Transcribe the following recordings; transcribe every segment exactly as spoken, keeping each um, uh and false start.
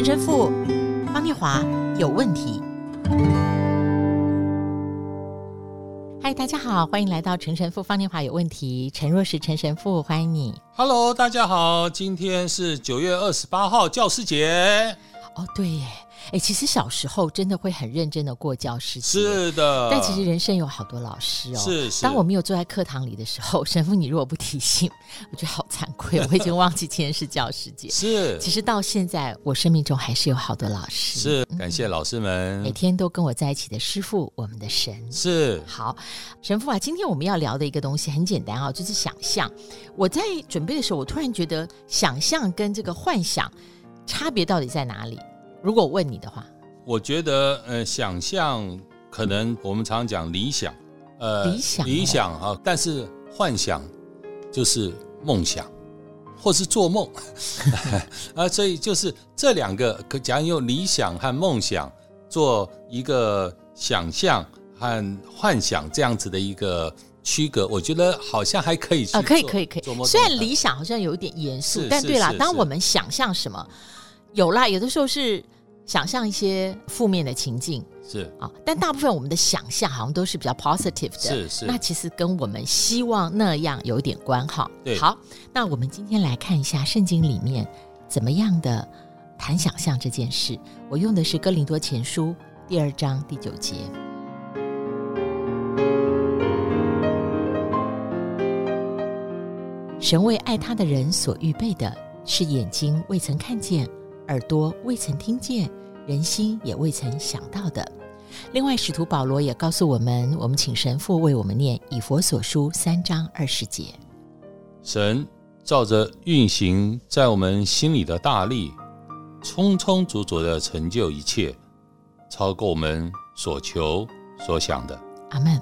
陈神父方念华有问题。嗨，大家好，欢迎来到陈神父方念华有问题。陈若是陈神父，欢迎你。 Hello， 大家好，今天是九月二十八号教师节。 哦，对耶，哎，其实小时候真的会很认真的过教师节， 是的， 但其实人生有好多老师哦。 是是。 当我没有坐在课堂里的时候，神父你如果不提醒，我觉得好惭愧，我已经忘记今天是教师节。 是。 其实到现在，我生命中还是有好多老师。 是，感谢老师们、 嗯、每天都跟我在一起的师父，我们的神。 是。 好，神父啊，今天我们要聊的一个东西很简单啊、哦，就是想象。我在准备的时候，我突然觉得想象跟这个幻想差别到底在哪里？如果我问你的话， 我觉得呃，想象可能我们常讲理想，呃， 理想理想啊，但是幻想就是梦想，或是做梦啊，所以就是这两个，假如用理想和梦想做一个想象和幻想这样子的一个区隔，我觉得好像还可以去做、呃、 可以可以可以。虽然理想好像有点严肃，但对啦，当我们想象什么，有啦，有的时候是想象一些负面的情境， 是啊，但大部分我们的想象好像都是比较 positive 的， 是是。 那其实跟我们希望那样有点关哈。 对， 好，那我们今天来看一下圣经里面怎么样的谈想象这件事。我用的是哥林多前书第二章第九节。神为爱他的人所预备的，是眼睛未曾看见，耳朵未曾听见，人心也未曾想到的。另外使徒保罗也告诉我们，我们请神父为我们念以弗所书三章二十节。 神照着运行在我们心里的大力，充充足足的成就一切，超过我们所求所想的。 阿们。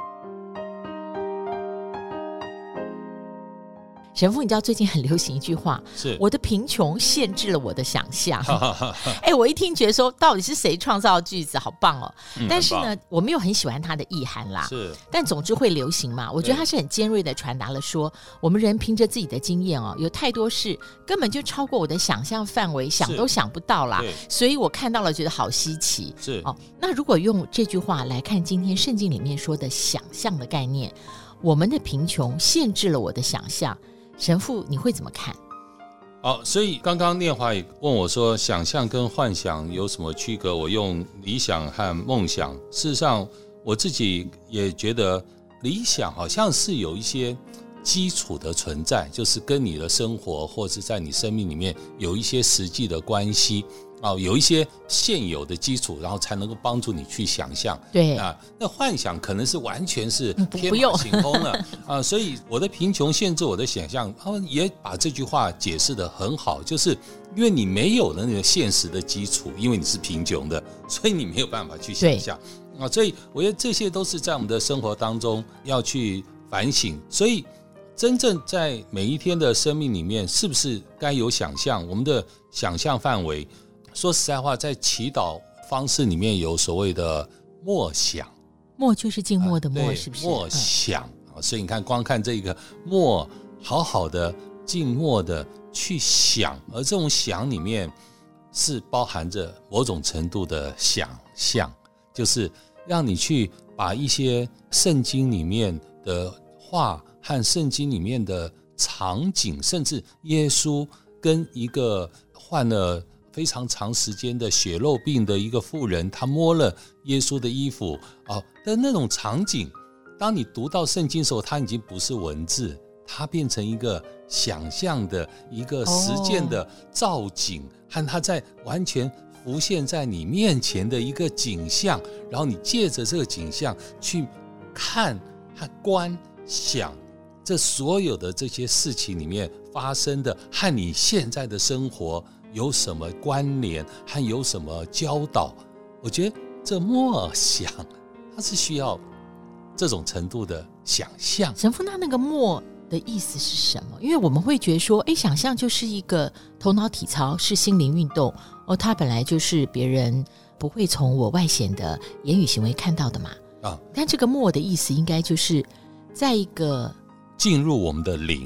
神父，你知道最近很流行一句话， 是我的贫穷限制了我的想象。哎，我一听觉得说，到底是谁创造的句子，好棒哦！嗯、但是呢，我没有很喜欢它的意涵啦。是，但总之会流行嘛。我觉得它是很尖锐的传达了说，我们人凭着自己的经验哦，有太多事根本就超过我的想象范围，想都想不到啦。所以我看到了，觉得好稀奇。 是哦，那如果用这句话来看今天圣经里面说的想象的概念，我们的贫穷限制了我的想象。神父你会怎么看？ 好，所以刚刚念华也问我说，想象跟幻想有什么区隔？我用理想和梦想。事实上我自己也觉得理想好像是有一些基础的存在，就是跟你的生活或是在你生命里面有一些实际的关系、哦、有一些现有的基础，然后才能够帮助你去想象。 对啊，那幻想可能是完全是天马行空了啊，所以我的贫穷限制我的想象，他们也把这句话解释得很好，就是因为你没有了那个现实的基础，因为你是贫穷的，所以你没有办法去想象啊，所以我觉得这些都是在我们的生活当中要去反省。所以真正在每一天的生命里面，是不是该有想象？我们的想象范围，说实在话，在祈祷方式里面有所谓的默想， 默就是静默的默、 啊、 是不是？ 默想、嗯、所以你看，光看这个默，好好的静默的去想，而这种想里面是包含着某种程度的想象，就是让你去把一些圣经里面的话和圣经里面的场景，甚至耶稣跟一个患了非常长时间的血肉病的一个妇人，他摸了耶稣的衣服、哦、的那种场景，当你读到圣经的时候，它已经不是文字，它变成一个想象的一个实践的造景、哦、和它在完全浮现在你面前的一个景象，然后你借着这个景象去看和观想这所有的这些事情里面发生的和你现在的生活有什么关联和有什么教导。我觉得这默想它是需要这种程度的想象。 神父，那那个默的意思是什么？因为我们会觉得说，哎，想象就是一个头脑体操，是心灵运动哦，它本来就是别人不会从我外显的言语行为看到的嘛。啊，但这个默的意思应该就是在一个进入我们的灵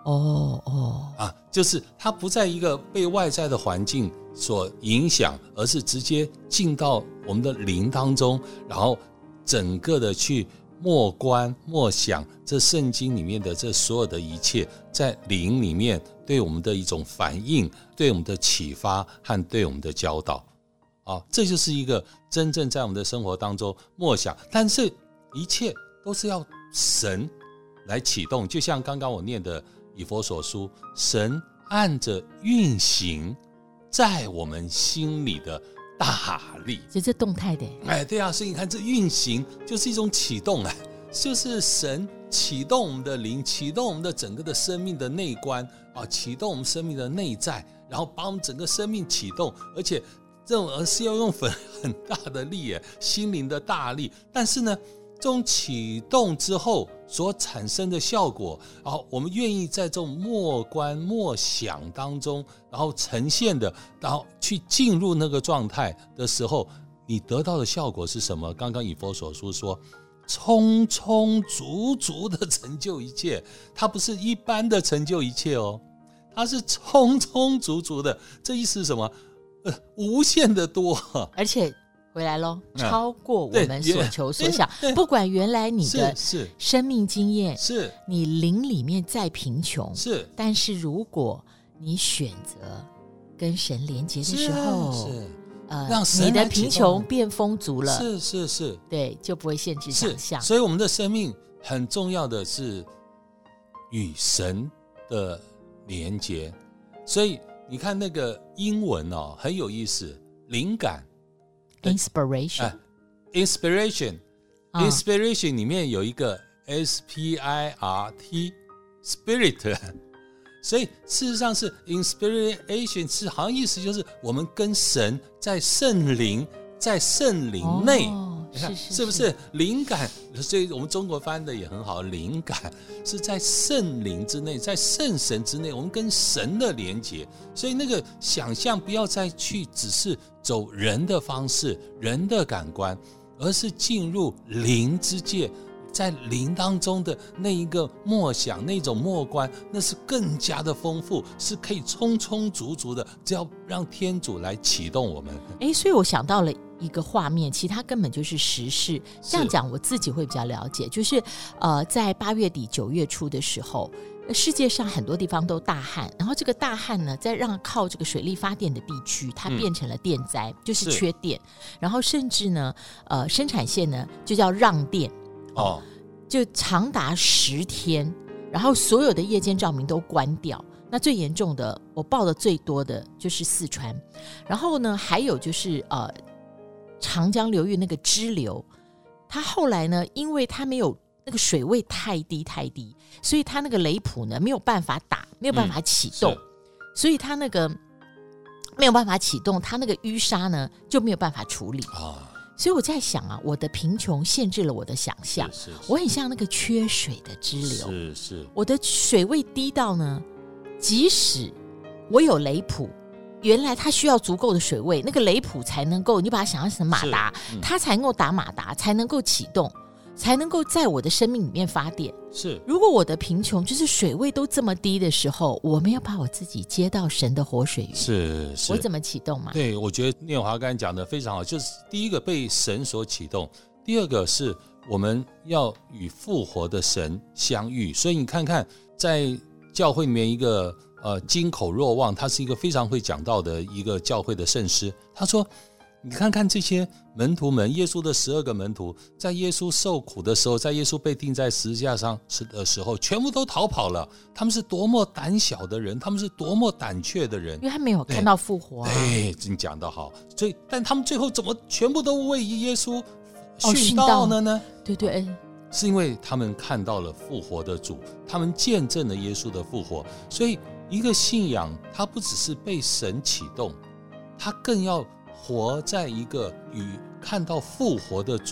哦哦啊，就是它不在一个被外在的环境所影响，而是直接进到我们的灵当中，然后整个的去默观默想这圣经里面的这所有的一切，在灵里面对我们的一种反应，对我们的启发和对我们的教导啊，这就是一个真正在我们的生活当中默想，但是一切都是要神来启动，就像刚刚我念的以弗所书，神按着运行在我们心里的大力， 所以这动态的， 哎，对啊，所以你看这运行就是一种启动，哎，就是神启动我们的灵，启动我们的整个的生命的内观啊，启动我们生命的内在，然后把我们整个生命启动，而且这种而是要用很很大的力，哎，心灵的大力，但是呢，这种启动之后所产生的效果，然后我们愿意在这种默观默想当中，然后呈现的，然后去进入那个状态的时候，你得到的效果是什么？刚刚以弗所书说，充充足足的成就一切，它不是一般的成就一切哦，它是充充足足的。这意思是什么？呃，无限的多， 而且回来咯，超过我们所求所想，不管原来你的生命经验是你灵里面再贫穷， 是， 但是如果你选择跟神连结的时候，是是呃，让神你的贫穷变丰足了， 是是是， 对，就不会限制想象。 所以我们的生命很重要的是与神的连结。所以你看那个英文哦，很有意思，灵感。 Inspiration、啊、 Inspiration、啊、Inspiration 里面有一个 S P I R T Spirit， 所以事实上是 Inspiration 是好像意思就是我们跟神在圣灵在圣灵内、哦、你看 是, 是, 是不是灵感？所以我们中国翻的也很好，灵感是在圣灵之内，在圣神之内，我们跟神的连结。所以那个想象不要再去只是走人的方式，人的感官，而是进入灵之界，在灵当中的那一个默想，那种默观，那是更加的丰富，是可以充充足足的，只要让天主来启动我们。 诶，所以我想到了一个画面，其他根本就是时事。这样讲我自己会比较了解，就是呃，在八月底九月初的时候，世界上很多地方都大旱，然后这个大旱呢，在让靠这个水力发电的地区，它变成了电灾、嗯、就是缺电，然后甚至呢，呃，生产线呢就叫让电哦，就长达十天，然后所有的夜间照明都关掉。那最严重的，我报的最多的就是四川，然后呢，还有就是呃。长江流域那个支流，它后来呢，因为它没有那个水位太低太低，所以它那个雷普呢没有办法打，没有办法启动、嗯、所以它那个没有办法启动，它那个淤沙呢就没有办法处理啊。所以我在想啊，我的贫穷限制了我的想象，是是是，我很像那个缺水的支流，是是，我的水位低到呢，即使我有雷普，原来它需要足够的水位，那个雷普才能够，你把它想象成马达、嗯、它才能够打马达，才能够启动，才能够在我的生命里面发电。是，如果我的贫穷就是水位都这么低的时候，我没有把我自己接到神的活水源，是是，我怎么启动嘛？对， 我觉得念华刚才讲的非常好，就是第一个被神所启动，第二个是我们要与复活的神相遇。所以你看看在教会里面一个呃，金口若望，他是一个非常会讲道的一个教会的圣师。他说：“你看看这些门徒们，耶稣的十二个门徒，在耶稣受苦的时候，在耶稣被钉在十字架上的时候，全部都逃跑了。他们是多么胆小的人，他们是多么胆怯的人， 因为他没有看到复活、啊。 对，你讲得好。所以，但他们最后怎么全部都为耶稣殉道了呢？哦、 对对。” 是因为他们看到了复活的主，他们见证了耶稣的复活。所以一个信仰它不只是被神启动，它更要活在一个与看到复活的主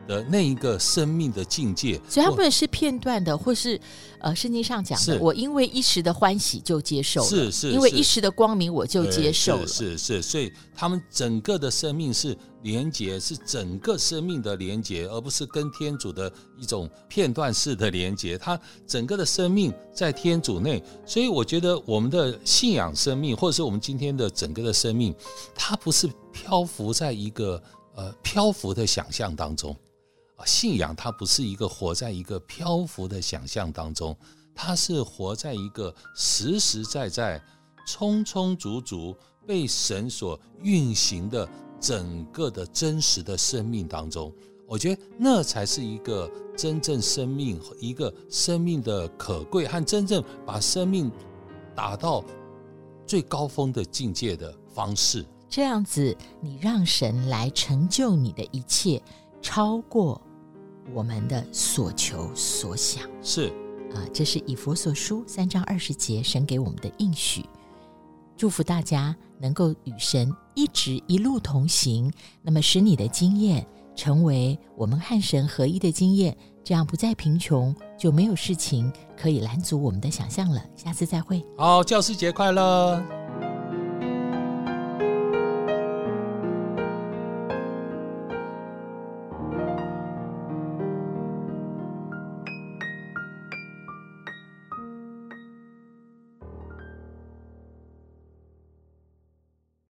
的那一个生命的境界。 所以它不能是片段的，或是呃圣经上讲的我因为一时的欢喜就接受了， 是是因为一时的光明我就接受了， 是是是，所以他们整个的生命是连结，是整个生命的连结，而不是跟天主的一种片段式的连结。它整个的生命在天主内，所以我觉得我们的信仰生命，或者是我们今天的整个的生命，它不是漂浮在一个呃漂浮的想象当中。信仰它不是一个活在一个漂浮的想象当中，它是活在一个实实在在、充充足足被神所运行的整个的真实的生命当中。我觉得那才是一个真正生命，一个生命的可贵和真正把生命达到最高峰的境界的方式。 这样子，你让神来成就你的一切，超过我们的所求所想。 是啊，这是以弗所书三章二十节神给我们的应许。祝福大家能够与神一直一路同行，那么使你的经验成为我们和神合一的经验，这样不再贫穷，就没有事情可以拦阻我们的想象了。下次再会。 好，教师节快乐。